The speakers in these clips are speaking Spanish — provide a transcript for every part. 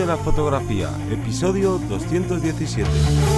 la fotografía, episodio 217.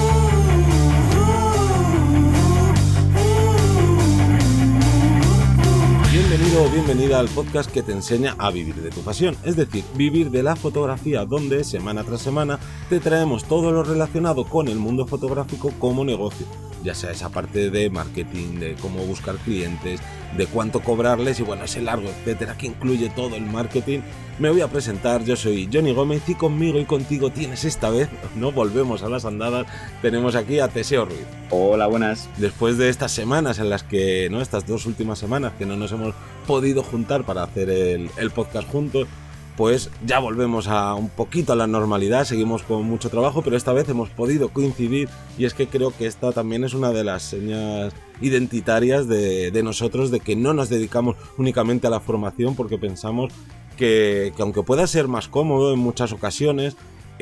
Bienvenido o bienvenida al podcast que te enseña a vivir de tu pasión, es decir, vivir de la fotografía, donde semana tras semana te traemos todo lo relacionado con el mundo fotográfico como negocio, ya sea esa parte de marketing, de cómo buscar clientes, de cuánto cobrarles y bueno, ese largo etcétera que incluye todo el marketing. Me voy a presentar, yo soy Johnny Gómez y conmigo y contigo tienes esta vez, no volvemos a las andadas, tenemos aquí a Teseo Ruiz. Hola, buenas. Después de estas semanas en las que, ¿no? Estas dos últimas semanas que no nos hemos podido juntar para hacer el podcast juntos, pues ya volvemos a un poquito a la normalidad, seguimos con mucho trabajo, pero esta vez hemos podido coincidir y es que creo que esta también es una de las señas identitarias de nosotros, de que no nos dedicamos únicamente a la formación, porque pensamos que aunque pueda ser más cómodo en muchas ocasiones,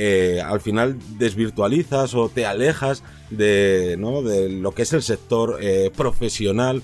al final desvirtualizas o te alejas de lo que es el sector profesional.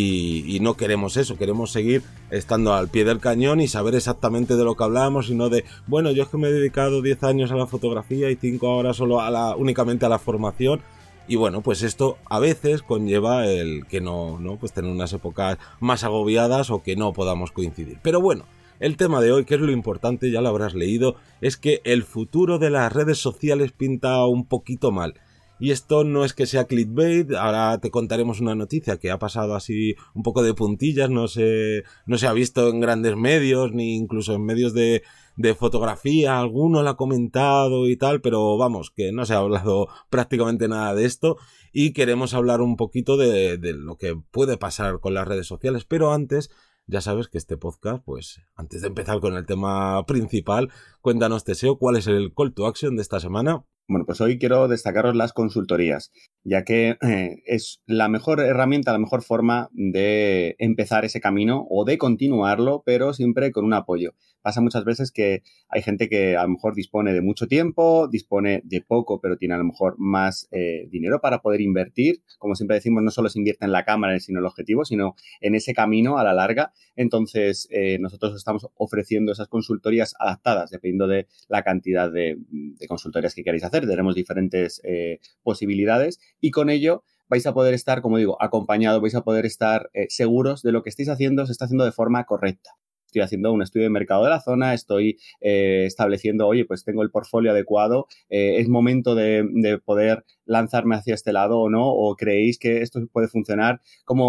Y no queremos eso, queremos seguir estando al pie del cañón y saber exactamente de lo que hablamos y no de, bueno, yo es que me he dedicado 10 años a la fotografía y 5 ahora solo únicamente a la formación. Y bueno, pues esto a veces conlleva el que no pues tener unas épocas más agobiadas o que no podamos coincidir. Pero bueno, el tema de hoy, que es lo importante, ya lo habrás leído, es que el futuro de las redes sociales pinta un poquito mal. Y esto no es que sea clickbait, ahora te contaremos una noticia que ha pasado así un poco de puntillas, no se ha visto en grandes medios, ni incluso en medios de fotografía, alguno la ha comentado y tal, pero vamos, que no se ha hablado prácticamente nada de esto y queremos hablar un poquito de lo que puede pasar con las redes sociales, pero antes, ya sabes que este podcast, pues antes de empezar con el tema principal, cuéntanos, Teseo, ¿cuál es el call to action de esta semana? Bueno, pues hoy quiero destacaros las consultorías, ya que es la mejor herramienta, la mejor forma de empezar ese camino o de continuarlo, pero siempre con un apoyo. Pasa muchas veces que hay gente que a lo mejor dispone de mucho tiempo, dispone de poco, pero tiene a lo mejor más dinero para poder invertir. Como siempre decimos, no solo se invierte en la cámara, sino en el objetivo, sino en ese camino a la larga. Entonces, nosotros estamos ofreciendo esas consultorías adaptadas, dependiendo de la cantidad de consultorías que queráis hacer. Tenemos diferentes posibilidades y con ello vais a poder estar, como digo, acompañados, vais a poder estar seguros de lo que estáis haciendo se está haciendo de forma correcta. Estoy haciendo un estudio de mercado de la zona, estoy estableciendo, oye, pues tengo el portfolio adecuado, es momento de poder lanzarme hacia este lado o no, o creéis que esto puede funcionar,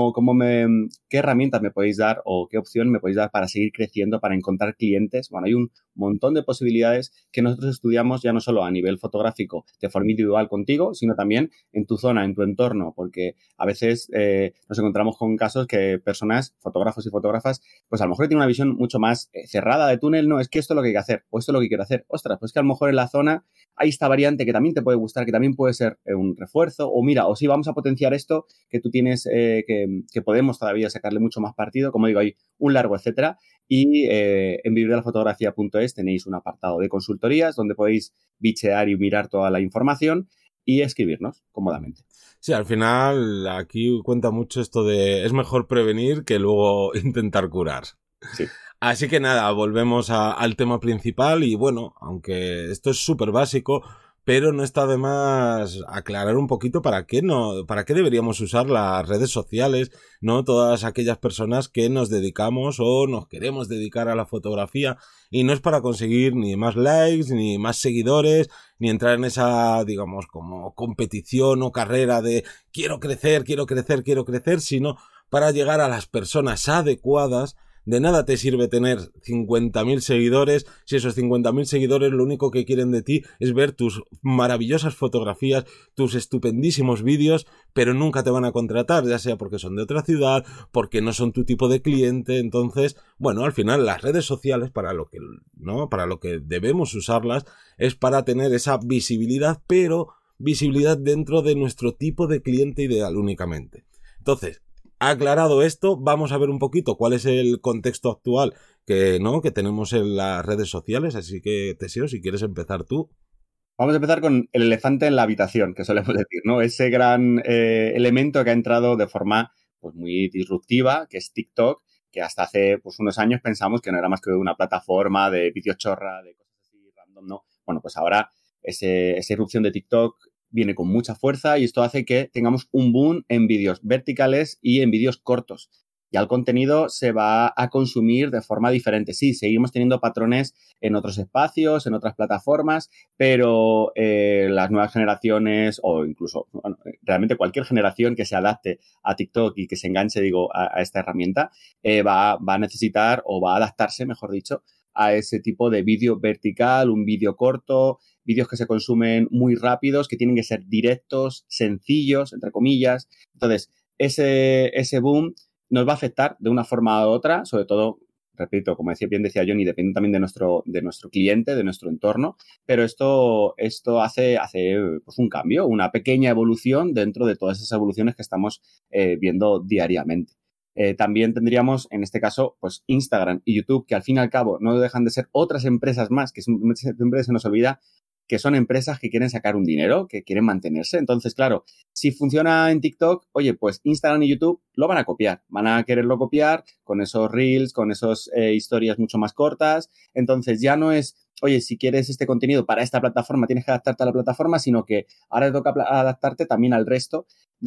¿qué herramientas me podéis dar o qué opción me podéis dar para seguir creciendo, para encontrar clientes? Bueno, hay un montón de posibilidades que nosotros estudiamos ya no solo a nivel fotográfico de forma individual contigo, sino también en tu zona, en tu entorno, porque a veces nos encontramos con casos que personas, fotógrafos y fotógrafas, pues a lo mejor tienen una visión mucho más cerrada de túnel, no, es que esto es lo que hay que hacer, o esto es lo que quiero hacer. Ostras, pues que a lo mejor en la zona hay esta variante que también te puede gustar, que también puede ser un refuerzo, o mira, o sí, vamos a potenciar esto que tú tienes, que podemos todavía sacarle mucho más partido, como digo, hay un largo etcétera, y en vivirdelafotografía.es tenéis un apartado de consultorías donde podéis bichear y mirar toda la información y escribirnos cómodamente. Sí, al final aquí cuenta mucho esto de es mejor prevenir que luego intentar curar. Sí. Así que nada, volvemos al tema principal y bueno, aunque esto es súper básico, pero no está de más aclarar un poquito para qué deberíamos usar las redes sociales, ¿no? Todas aquellas personas que nos dedicamos o nos queremos dedicar a la fotografía y no es para conseguir ni más likes, ni más seguidores, ni entrar en esa, digamos, como competición o carrera de quiero crecer, sino para llegar a las personas adecuadas. De nada te sirve tener 50.000 seguidores si esos 50.000 seguidores lo único que quieren de ti es ver tus maravillosas fotografías, tus estupendísimos vídeos, pero nunca te van a contratar, ya sea porque son de otra ciudad, porque no son tu tipo de cliente. Entonces, bueno, al final las redes sociales para lo que debemos usarlas es para tener esa visibilidad, pero visibilidad dentro de nuestro tipo de cliente ideal únicamente. Entonces, aclarado esto, vamos a ver un poquito cuál es el contexto actual que tenemos en las redes sociales, así que Teseo, si quieres empezar tú. Vamos a empezar con el elefante en la habitación, que solemos decir, ¿no? Ese gran elemento que ha entrado de forma pues muy disruptiva, que es TikTok, que hasta hace pues unos años pensamos que no era más que una plataforma de vídeos chorra, de cosas así random, ¿no? Bueno, pues ahora esa irrupción de TikTok viene con mucha fuerza y esto hace que tengamos un boom en vídeos verticales y en vídeos cortos. Ya el contenido se va a consumir de forma diferente. Sí, seguimos teniendo patrones en otros espacios, en otras plataformas, pero las nuevas generaciones o incluso bueno, realmente cualquier generación que se adapte a TikTok y que se enganche, digo, a esta herramienta, va a necesitar o va a adaptarse, mejor dicho, a ese tipo de vídeo vertical, un vídeo corto, vídeos que se consumen muy rápidos, que tienen que ser directos, sencillos, entre comillas. Entonces, ese boom nos va a afectar de una forma u otra, sobre todo, repito, como bien decía Johnny, depende también de nuestro cliente, de nuestro entorno, pero esto hace pues un cambio, una pequeña evolución dentro de todas esas evoluciones que estamos viendo diariamente. También tendríamos, en este caso, pues Instagram y YouTube, que al fin y al cabo no dejan de ser otras empresas más, que siempre se nos olvida que son empresas que quieren sacar un dinero, que quieren mantenerse. Entonces, claro, si funciona en TikTok, oye, pues Instagram y YouTube lo van a copiar. Van a quererlo copiar con esos reels, con esas historias mucho más cortas. Entonces, ya no es, oye, si quieres este contenido para esta plataforma, tienes que adaptarte a la plataforma, sino que ahora te toca adaptarte también al resto,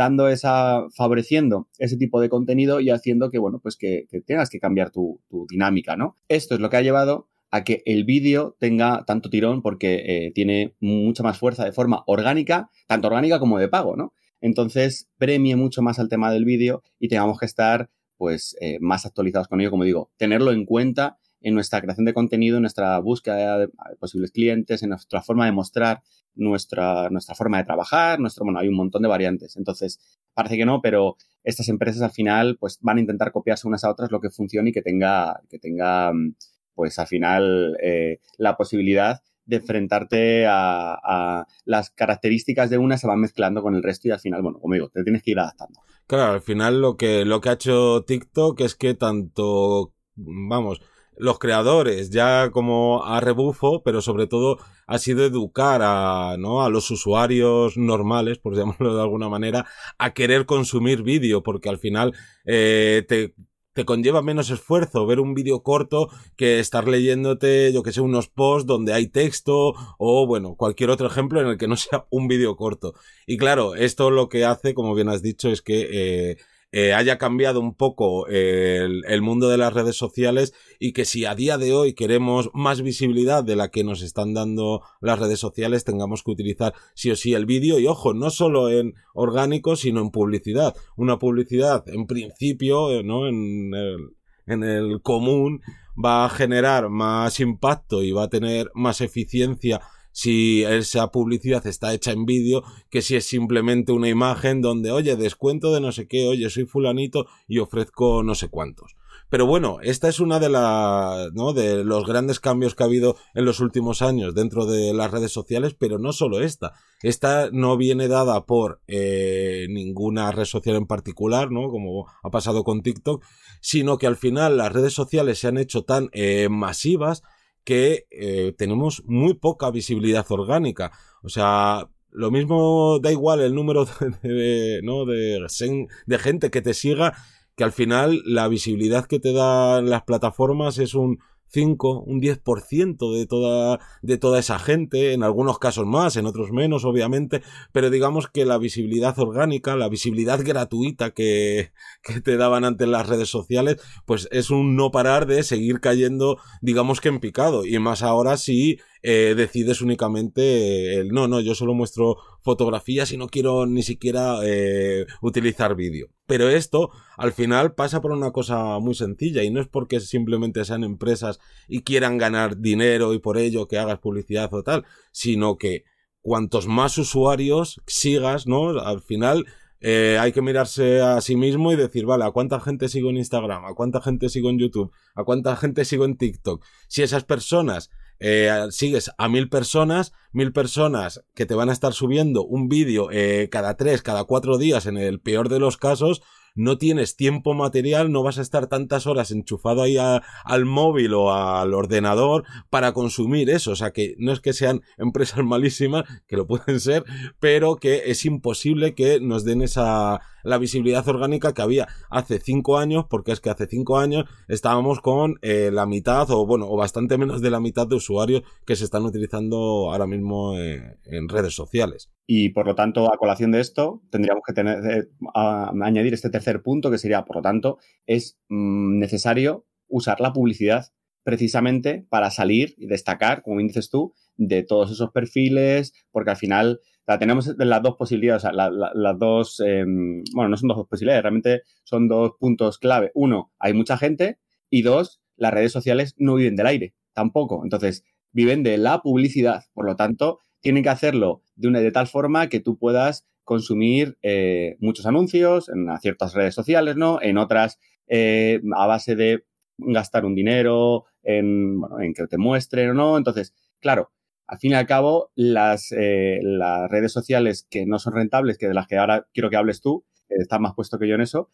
favoreciendo ese tipo de contenido y haciendo que, bueno, pues que tengas que cambiar tu dinámica, ¿no? Esto es lo que ha llevado a que el vídeo tenga tanto tirón porque tiene mucha más fuerza de forma orgánica, tanto orgánica como de pago, ¿no? Entonces, premie mucho más al tema del vídeo y tengamos que estar, pues, más actualizados con ello, como digo, tenerlo en cuenta en nuestra creación de contenido, en nuestra búsqueda de posibles clientes, en nuestra forma de mostrar nuestra forma de trabajar, bueno, hay un montón de variantes. Entonces, parece que no, pero estas empresas al final, pues, van a intentar copiarse unas a otras lo que funcione y que tenga pues al final la posibilidad de enfrentarte a las características de una se van mezclando con el resto y al final, bueno, como digo, te tienes que ir adaptando. Claro, al final lo que ha hecho TikTok es que tanto, vamos, los creadores ya como a rebufo, pero sobre todo ha sido educar a los usuarios normales, por llamarlo de alguna manera, a querer consumir vídeo, porque al final te conlleva menos esfuerzo ver un vídeo corto que estar leyéndote, yo que sé, unos posts donde hay texto o, bueno, cualquier otro ejemplo en el que no sea un vídeo corto. Y claro, esto lo que hace, como bien has dicho, es que haya cambiado un poco el mundo de las redes sociales y que si a día de hoy queremos más visibilidad de la que nos están dando las redes sociales, tengamos que utilizar sí o sí el vídeo y, ojo, no solo en orgánico, sino en publicidad. Una publicidad, en principio, ¿no? En el común va a generar más impacto y va a tener más eficiencia si esa publicidad está hecha en vídeo que si es simplemente una imagen donde, oye, descuento de no sé qué, oye, soy fulanito y ofrezco no sé cuántos. Pero bueno, esta es una de de los grandes cambios que ha habido en los últimos años dentro de las redes sociales, pero no solo esta. Esta no viene dada por ninguna red social en particular, ¿no? Como ha pasado con TikTok, sino que al final las redes sociales se han hecho tan masivas que tenemos muy poca visibilidad orgánica. O sea, lo mismo da igual el número de gente que te siga, que al final la visibilidad que te dan las plataformas es un 5, un 10% de toda esa gente, en algunos casos más, en otros menos, obviamente, pero digamos que la visibilidad orgánica, la visibilidad gratuita que te daban antes las redes sociales, pues es un no parar de seguir cayendo, digamos que en picado, y más ahora si decides únicamente yo solo muestro fotografías y no quiero ni siquiera utilizar vídeo. Pero esto al final pasa por una cosa muy sencilla y no es porque simplemente sean empresas y quieran ganar dinero y por ello que hagas publicidad o tal, sino que cuantos más usuarios sigas, ¿no? Al final hay que mirarse a sí mismo y decir, vale, ¿a cuánta gente sigo en Instagram? ¿A cuánta gente sigo en YouTube? ¿A cuánta gente sigo en TikTok? Si esas personas sigues a 1000 personas que te van a estar subiendo un vídeo cada 3, cada 4 días en el peor de los casos, no tienes tiempo material, no vas a estar tantas horas enchufado ahí al móvil o al ordenador para consumir eso. O sea, que no es que sean empresas malísimas, que lo pueden ser, pero que es imposible que nos den la visibilidad orgánica que había hace 5 años, porque es que hace 5 años estábamos con la mitad o bastante menos de la mitad de usuarios que se están utilizando ahora mismo en redes sociales. Y por lo tanto, a colación de esto, tendríamos que añadir este tercer punto, que sería, por lo tanto, es necesario usar la publicidad precisamente para salir y destacar, como bien dices tú, de todos esos perfiles, porque al final tenemos las dos posibilidades, o sea, las dos, no son dos posibilidades, realmente son 2 puntos clave. 1, hay mucha gente, y 2, las redes sociales no viven del aire, tampoco. Entonces, viven de la publicidad, por lo tanto, tienen que hacerlo de tal forma que tú puedas consumir muchos anuncios en ciertas redes sociales, ¿no? En otras, a base de gastar un dinero en que te muestren o no. Entonces, claro, al fin y al cabo, las redes sociales que no son rentables, que de las que ahora quiero que hables tú, estás más puesto que yo en eso,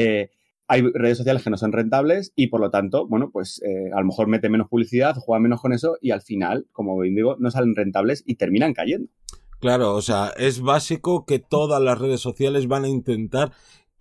hay redes sociales que no son rentables y, por lo tanto, a lo mejor mete menos publicidad, juega menos con eso y al final, como bien digo, no salen rentables y terminan cayendo. Claro, o sea, es básico que todas las redes sociales van a intentar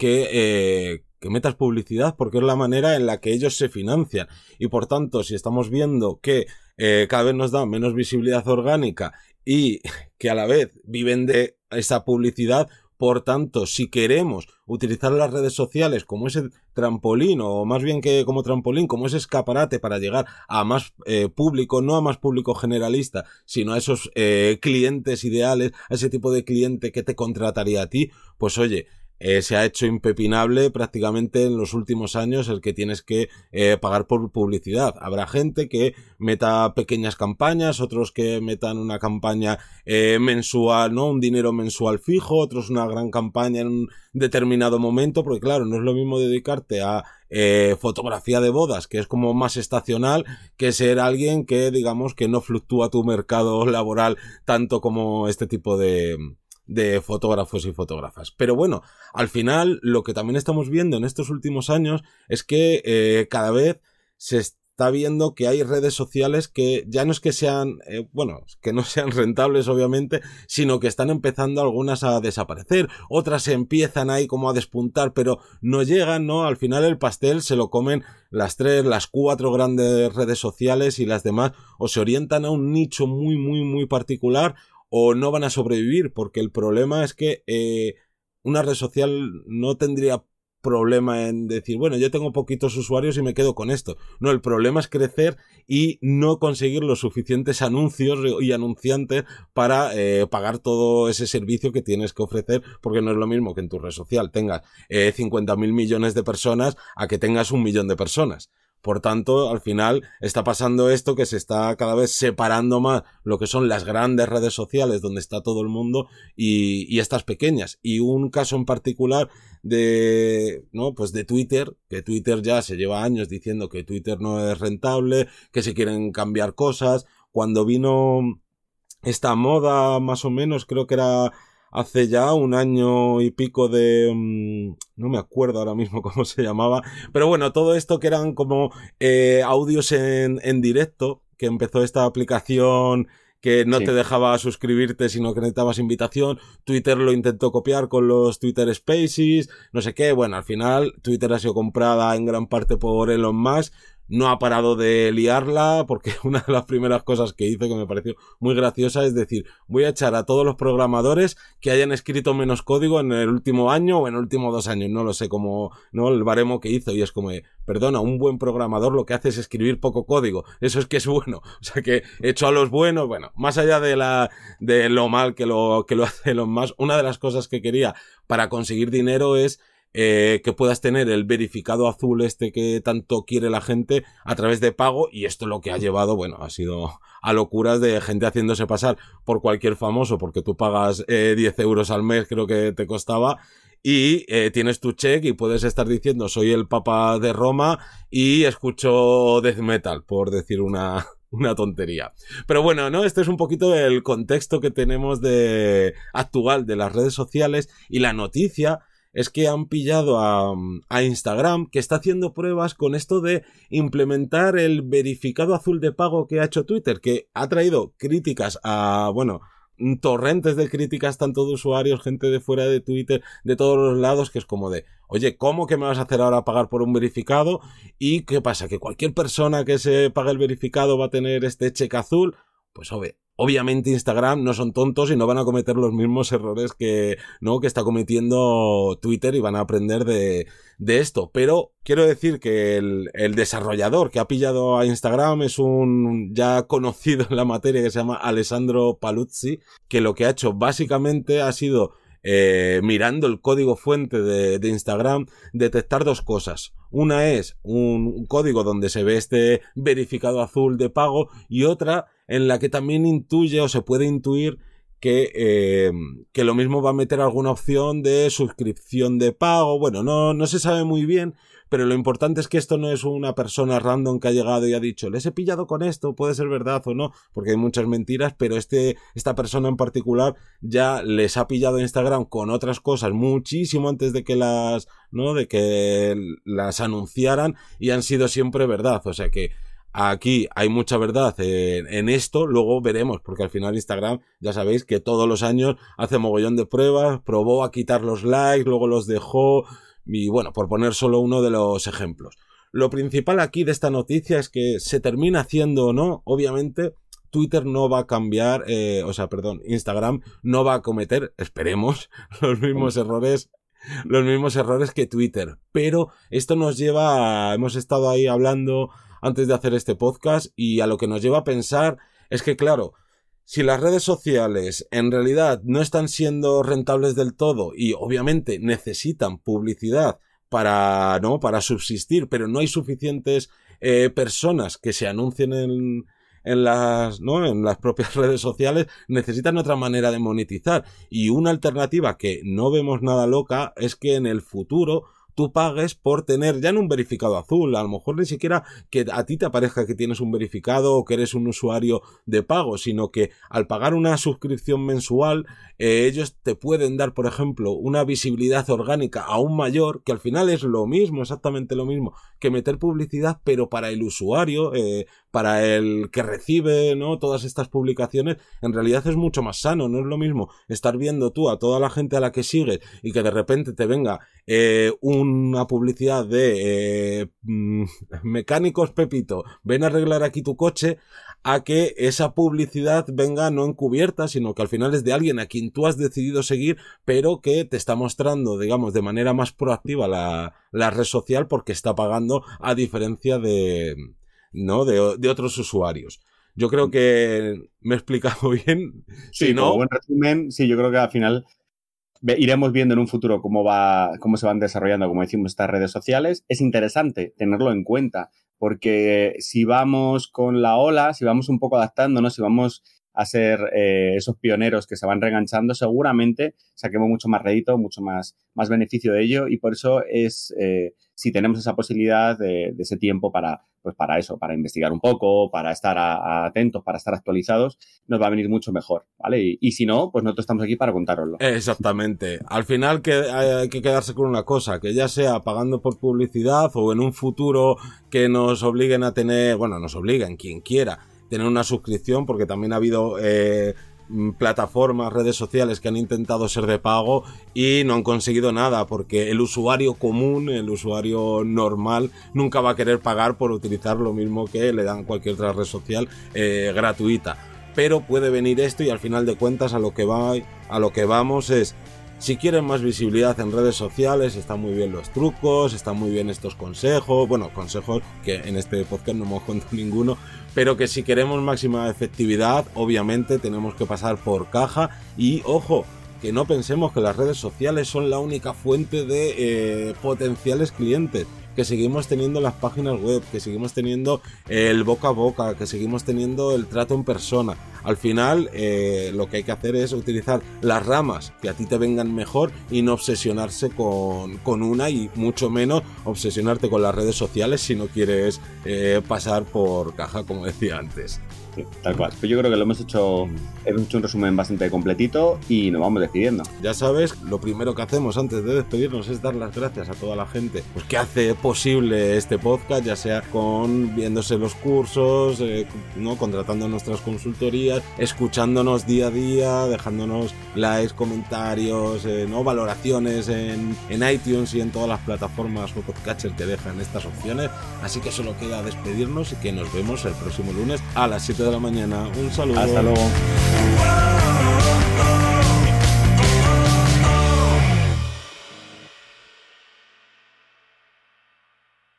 que metas publicidad porque es la manera en la que ellos se financian. Y por tanto, si estamos viendo que cada vez nos dan menos visibilidad orgánica y que a la vez viven de esa publicidad, por tanto, si queremos utilizar las redes sociales como ese trampolín, o más bien que como trampolín, como ese escaparate para llegar a más público, no a más público generalista, sino a esos clientes ideales, a ese tipo de cliente que te contrataría a ti, pues oye, se ha hecho impepinable prácticamente en los últimos años el que tienes que pagar por publicidad. Habrá gente que meta pequeñas campañas, otros que metan una campaña mensual, ¿no? Un dinero mensual fijo, otros una gran campaña en un determinado momento, porque claro, no es lo mismo dedicarte a fotografía de bodas, que es como más estacional, que ser alguien que digamos que no fluctúa tu mercado laboral tanto como este tipo de fotógrafos y fotógrafas. Pero bueno, al final lo que también estamos viendo en estos últimos años es que cada vez se está viendo que hay redes sociales que ya no es que sean, que no sean rentables obviamente, sino que están empezando algunas a desaparecer, otras se empiezan ahí como a despuntar, pero no llegan, ¿no? Al final el pastel se lo comen las 3, las 4 grandes redes sociales y las demás o se orientan a un nicho muy, muy, muy particular o no van a sobrevivir, porque el problema es que una red social no tendría problema en decir, bueno, yo tengo poquitos usuarios y me quedo con esto. No, el problema es crecer y no conseguir los suficientes anuncios y anunciantes para pagar todo ese servicio que tienes que ofrecer, porque no es lo mismo que en tu red social tengas 50.000 millones de personas a que tengas 1 millón de personas. Por tanto, al final está pasando esto que se está cada vez separando más lo que son las grandes redes sociales donde está todo el mundo y estas pequeñas. Y un caso en particular de Twitter, que Twitter ya se lleva años diciendo que Twitter no es rentable, que se quieren cambiar cosas. Cuando vino esta moda, más o menos, creo que era hace ya 1 año y pico de... no me acuerdo ahora mismo cómo se llamaba, pero bueno, todo esto que eran como audios en directo, que empezó esta aplicación que no te dejaba suscribirte, sino que necesitabas invitación. Twitter lo intentó copiar con los Twitter Spaces, no sé qué. Bueno, al final Twitter ha sido comprada en gran parte por Elon Musk. No ha parado de liarla, porque una de las primeras cosas que hizo que me pareció muy graciosa es decir, voy a echar a todos los programadores que hayan escrito menos código en el último año o en el último 2 años, no lo sé cómo, ¿no? El baremo que hizo, y es como, perdona, un buen programador lo que hace es escribir poco código, eso es que es bueno, o sea que echo a los buenos, bueno, más allá de lo mal que lo hace Elon Musk, una de las cosas que quería para conseguir dinero es que puedas tener el verificado azul este que tanto quiere la gente a través de pago, y esto lo que ha llevado, bueno, ha sido a locuras de gente haciéndose pasar por cualquier famoso, porque tú pagas 10 euros al mes, creo que te costaba, y tienes tu check y puedes estar diciendo soy el Papa de Roma y escucho death metal, por decir una tontería. Pero bueno, ¿no? Este es un poquito el contexto que tenemos actual de las redes sociales, y la noticia es que han pillado a Instagram, que está haciendo pruebas con esto de implementar el verificado azul de pago que ha hecho Twitter, que ha traído críticas a, bueno, torrentes de críticas tanto de usuarios, gente de fuera de Twitter, de todos los lados, que es como de, oye, ¿cómo que me vas a hacer ahora pagar por un verificado? ¿Y qué pasa? ¿Que cualquier persona que se pague el verificado va a tener este cheque azul? Pues obviamente Instagram no son tontos y no van a cometer los mismos errores que está cometiendo Twitter, y van a aprender de esto. Pero quiero decir que el desarrollador que ha pillado a Instagram es un ya conocido en la materia que se llama Alessandro Paluzzi, que lo que ha hecho básicamente ha sido, mirando el código fuente de Instagram, detectar dos cosas. Una es un código donde se ve este verificado azul de pago, y otra en la que también intuye o se puede intuir que lo mismo va a meter alguna opción de suscripción de pago. Bueno, no se sabe muy bien, pero lo importante es que esto no es una persona random que ha llegado y ha dicho, les he pillado con esto, puede ser verdad o no, porque hay muchas mentiras, pero esta persona en particular ya les ha pillado Instagram con otras cosas muchísimo antes de que las anunciaran, y han sido siempre verdad. O sea que aquí hay mucha verdad en esto. Luego veremos, porque al final Instagram, ya sabéis que todos los años hace mogollón de pruebas, probó a quitar los likes, luego los dejó, y bueno, por poner solo uno de los ejemplos. Lo principal aquí de esta noticia es que se termina haciendo o no, obviamente Twitter no va a cambiar, Instagram no va a cometer, esperemos, los mismos errores que Twitter. Pero esto nos lleva hemos estado ahí hablando antes de hacer este podcast, y a lo que nos lleva a pensar es que, claro, si las redes sociales en realidad no están siendo rentables del todo, y obviamente necesitan publicidad para subsistir, pero no hay suficientes personas que se anuncien en las propias redes sociales, necesitan otra manera de monetizar. Y una alternativa que no vemos nada loca es que en el futuro tú pagues por tener ya no un verificado azul, a lo mejor ni siquiera que a ti te aparezca que tienes un verificado o que eres un usuario de pago, sino que al pagar una suscripción mensual, ellos te pueden dar, por ejemplo, una visibilidad orgánica aún mayor, que al final es lo mismo, exactamente lo mismo que meter publicidad, pero para el usuario, para el que recibe, ¿no?, todas estas publicaciones. En realidad es mucho más sano. No es lo mismo estar viendo tú a toda la gente a la que sigues y que de repente te venga una publicidad de mecánicos Pepito, ven a arreglar aquí tu coche, a que esa publicidad venga no encubierta, sino que al final es de alguien a quien tú has decidido seguir, pero que te está mostrando, digamos, de manera más proactiva la red social, porque está pagando, a diferencia de otros usuarios. Yo creo que me he explicado bien. Sí, como buen resumen, sí, yo creo que al final iremos viendo en un futuro cómo se van desarrollando, como decimos, estas redes sociales. Es interesante tenerlo en cuenta, porque si vamos con la ola, si vamos un poco adaptándonos, si vamos a ser esos pioneros que se van reenganchando, seguramente saquemos mucho más rédito, mucho más beneficio de ello, y por eso es, si tenemos esa posibilidad de ese tiempo para eso, para investigar un poco, para estar atentos, para estar actualizados, nos va a venir mucho mejor, ¿vale? Y si no, pues nosotros estamos aquí para contároslo. Exactamente. Al final hay que quedarse con una cosa, que ya sea pagando por publicidad o en un futuro que nos obliguen a tener, nos obliguen, quien quiera, tener una suscripción, porque también ha habido plataformas, redes sociales que han intentado ser de pago y no han conseguido nada, porque el usuario común, el usuario normal, nunca va a querer pagar por utilizar lo mismo que le dan cualquier otra red social gratuita. Pero puede venir esto, y al final de cuentas a lo que vamos es, si quieren más visibilidad en redes sociales, están muy bien los trucos, están muy bien estos consejos, consejos que en este podcast no hemos contado ninguno, pero que si queremos máxima efectividad, obviamente tenemos que pasar por caja. Y ojo, que no pensemos que las redes sociales son la única fuente de potenciales clientes, que seguimos teniendo las páginas web, que seguimos teniendo el boca a boca, que seguimos teniendo el trato en persona. Al final, lo que hay que hacer es utilizar las ramas que a ti te vengan mejor y no obsesionarse con una, y mucho menos obsesionarte con las redes sociales si no quieres pasar por caja, como decía antes. Sí, tal cual. Pues yo creo que hemos hecho un resumen bastante completito y nos vamos despidiendo. Ya sabes, lo primero que hacemos antes de despedirnos es dar las gracias a toda la gente pues, que hace posible este podcast, ya sea viéndose los cursos, ¿no? Contratando nuestras consultorías, escuchándonos día a día, dejándonos likes, comentarios, ¿no? Valoraciones en iTunes y en todas las plataformas o podcatcher que dejan estas opciones. Así que solo queda despedirnos y que nos vemos el próximo lunes a las 7 de la mañana. Un saludo. Hasta luego.